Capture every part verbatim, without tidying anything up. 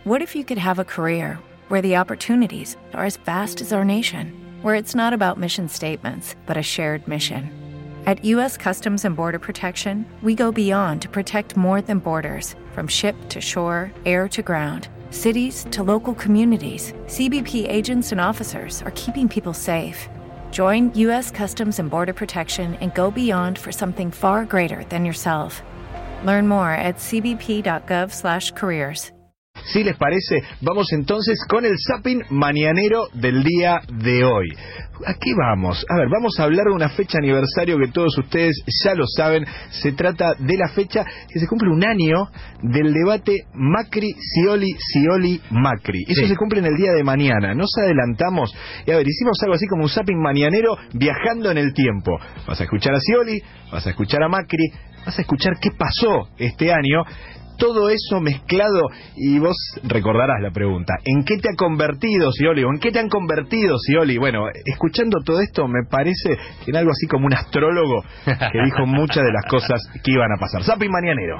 What if you could have a career where the opportunities are as vast as our nation, where it's not about mission statements, but a shared mission? At U S Customs and Border Protection, we go beyond to protect more than borders. From ship to shore, air to ground, cities to local communities, C B P agents and officers are keeping people safe. Join U S Customs and Border Protection and go beyond for something far greater than yourself. Learn more at c b p dot gov slash careers. Si les parece, vamos entonces con el zapping mañanero del día de hoy. ¿A qué vamos? A ver, vamos a hablar de una fecha aniversario que todos ustedes ya lo saben. Se trata de la fecha que se cumple un año del debate Macri-Scioli, Scioli-Macri. Eso sí. Se cumple en el día de mañana. Nos adelantamos y a ver, hicimos algo así como un zapping mañanero viajando en el tiempo. Vas a escuchar a Scioli, vas a escuchar a Macri, vas a escuchar qué pasó este año. Todo eso mezclado, y vos recordarás la pregunta: ¿en qué te ha convertido Scioli? ¿O en qué te han convertido Scioli? Bueno, escuchando todo esto me parece que en algo así como un astrólogo que dijo muchas de las cosas que iban a pasar. Zapping mañanero.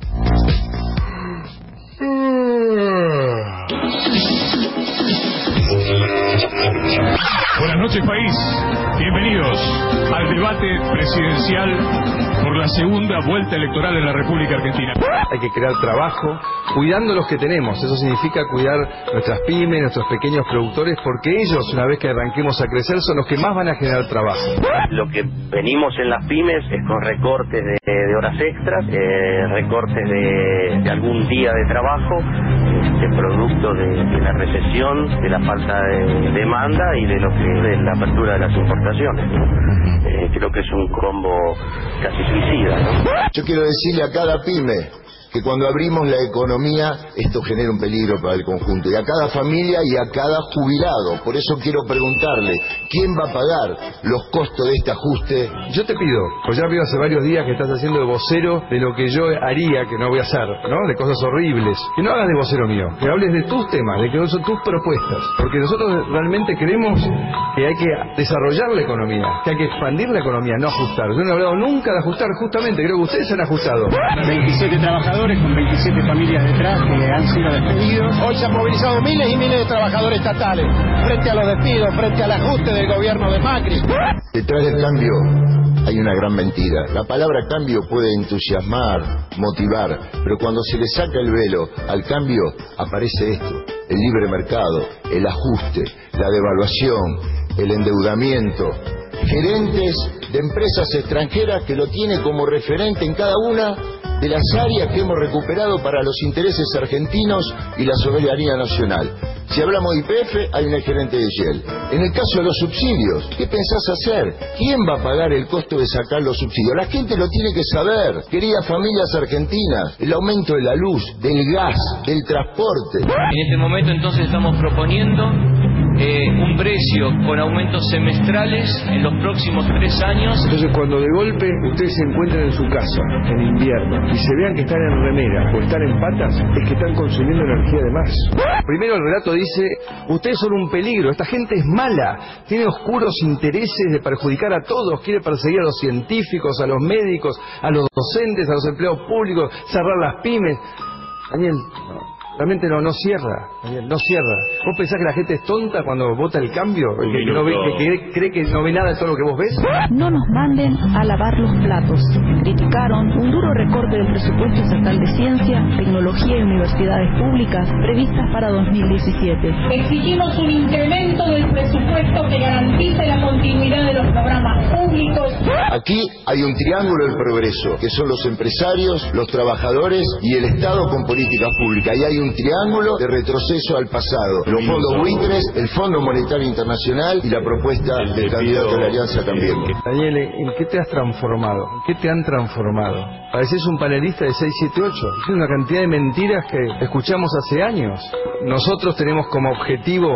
Buenas noches, país. Bienvenidos al debate presidencial por la segunda vuelta electoral en la República Argentina. Hay que crear trabajo, cuidando los que tenemos. Eso significa cuidar nuestras pymes, nuestros pequeños productores, porque ellos, una vez que arranquemos a crecer, son los que más van a generar trabajo. Lo que venimos en las pymes es con recortes de, de horas extras, eh, recortes de, de algún día de trabajo, este, producto de, de la recesión, de la falta de demanda y de lo que de la apertura de las importaciones, ¿no? Eh, creo que es un combo casi suicida, ¿no? Yo quiero decirle a cada pyme que cuando abrimos la economía esto genera un peligro para el conjunto, y a cada familia y a cada jubilado. Por eso quiero preguntarle, ¿quién va a pagar los costos de este ajuste? Yo te pido, pues ya veo hace varios días que estás haciendo de vocero de lo que yo haría, que no voy a hacer, ¿no? De cosas horribles. Que no hagas de vocero mío, que hables de tus temas, de que son tus propuestas. Porque nosotros realmente creemos que hay que desarrollar la economía, que hay que expandir la economía, no ajustar. Yo no he hablado nunca de ajustar, justamente, creo que ustedes se han ajustado. veintisiete trabajadores con veintisiete familias detrás que han sido despedidos. Hoy se han movilizado miles y miles de trabajadores estatales frente a los despidos, frente al ajuste del gobierno de Macri. Detrás del cambio hay una gran mentira. La palabra cambio puede entusiasmar, motivar, pero cuando se le saca el velo al cambio aparece esto: el libre mercado, el ajuste, la devaluación, el endeudamiento. Gerentes de empresas extranjeras que lo tienen como referente en cada una de las áreas que hemos recuperado para los intereses argentinos y la soberanía nacional. Si hablamos de Y P F, hay una gerente de Shell. En el caso de los subsidios, ¿qué pensás hacer? ¿Quién va a pagar el costo de sacar los subsidios? La gente lo tiene que saber. Queridas familias argentinas, el aumento de la luz, del gas, del transporte. En este momento entonces estamos proponiendo eh, un precio con aumentos semestrales en los próximos tres años. Entonces, cuando de golpe ustedes se encuentren en su casa, en invierno, y se vean que están en remera o están en patas, es que están consumiendo energía de más. Primero el relato dice: ustedes son un peligro, esta gente es mala, tiene oscuros intereses de perjudicar a todos, quiere perseguir a los científicos, a los médicos, a los docentes, a los empleados públicos, cerrar las pymes. Daniel, no. Realmente no, no cierra, Daniel, no cierra. ¿Vos pensás que la gente es tonta cuando vota el cambio? ¿Que, que, no ve, que, que cree que no ve nada de todo lo que vos ves? No nos manden a lavar los platos. Criticaron un duro recorte del presupuesto estatal de ciencia, tecnología y universidades públicas previstas para dos mil diecisiete. Exigimos un incremento del presupuesto que garantice la continuidad de los programas públicos. Aquí hay un triángulo del progreso, que son los empresarios, los trabajadores y el Estado con políticas públicas. Y hay un triángulo de retroceso al pasado: los fondos buitres, el Fondo Monetario Internacional y la propuesta del candidato de la Alianza Cambiemos. Daniel, ¿en qué te has transformado? ¿En qué te han transformado? Pareces un panelista de seis siete ocho. Es una cantidad de mentiras que escuchamos hace años. Nosotros tenemos como objetivo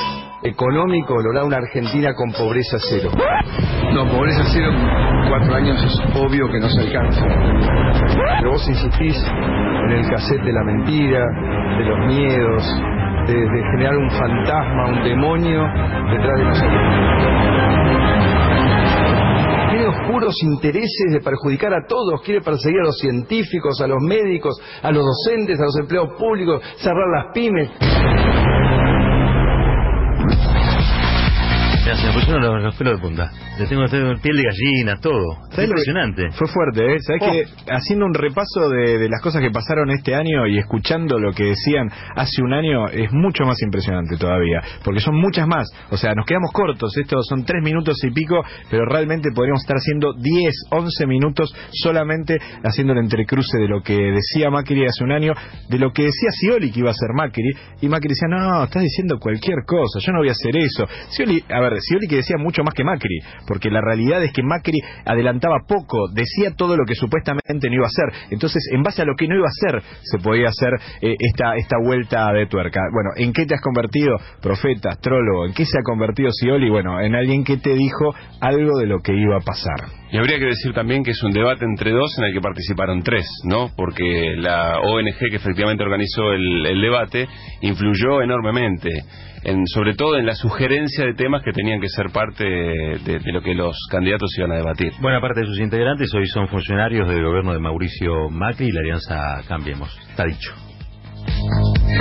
económico lograr una Argentina con pobreza cero. No, pobreza cero, cuatro años es obvio que no se alcanza. Pero vos insistís en el cassette de la mentira, de los miedos, de, de generar un fantasma, un demonio detrás de nosotros. Tiene puros intereses de perjudicar a todos. Quiere perseguir a los científicos, a los médicos, a los docentes, a los empleados públicos, cerrar las pymes. Ya, se me pusieron los, los pelos de punta. Le tengo, tengo piel de gallina, todo. Es impresionante. Fue fuerte, ¿eh? ¿Sabés oh. que haciendo un repaso de, de las cosas que pasaron este año y escuchando lo que decían hace un año, es mucho más impresionante todavía? Porque son muchas más. O sea, nos quedamos cortos. Estos son tres minutos y pico, pero realmente podríamos estar haciendo diez, once minutos solamente haciendo el entrecruce de lo que decía Macri hace un año, de lo que decía Scioli que iba a hacer Macri. Y Macri decía, no, estás diciendo cualquier cosa, yo no voy a hacer eso. Scioli, a ver, Scioli que decía mucho más que Macri, porque la realidad es que Macri adelantaba poco, decía todo lo que supuestamente no iba a hacer. Entonces, en base a lo que no iba a hacer, se podía hacer eh, esta esta vuelta de tuerca. Bueno, ¿en qué te has convertido, profeta, astrólogo? ¿En qué se ha convertido Scioli? Bueno, en alguien que te dijo algo de lo que iba a pasar. Y habría que decir también que es un debate entre dos en el que participaron tres, ¿no? Porque la O N G que efectivamente organizó el, el debate influyó enormemente, en, sobre todo en la sugerencia de temas que tenían que ser parte de, de, de lo que los candidatos iban a debatir. Buena parte de sus integrantes hoy son funcionarios del gobierno de Mauricio Macri y la alianza Cambiemos. Está dicho.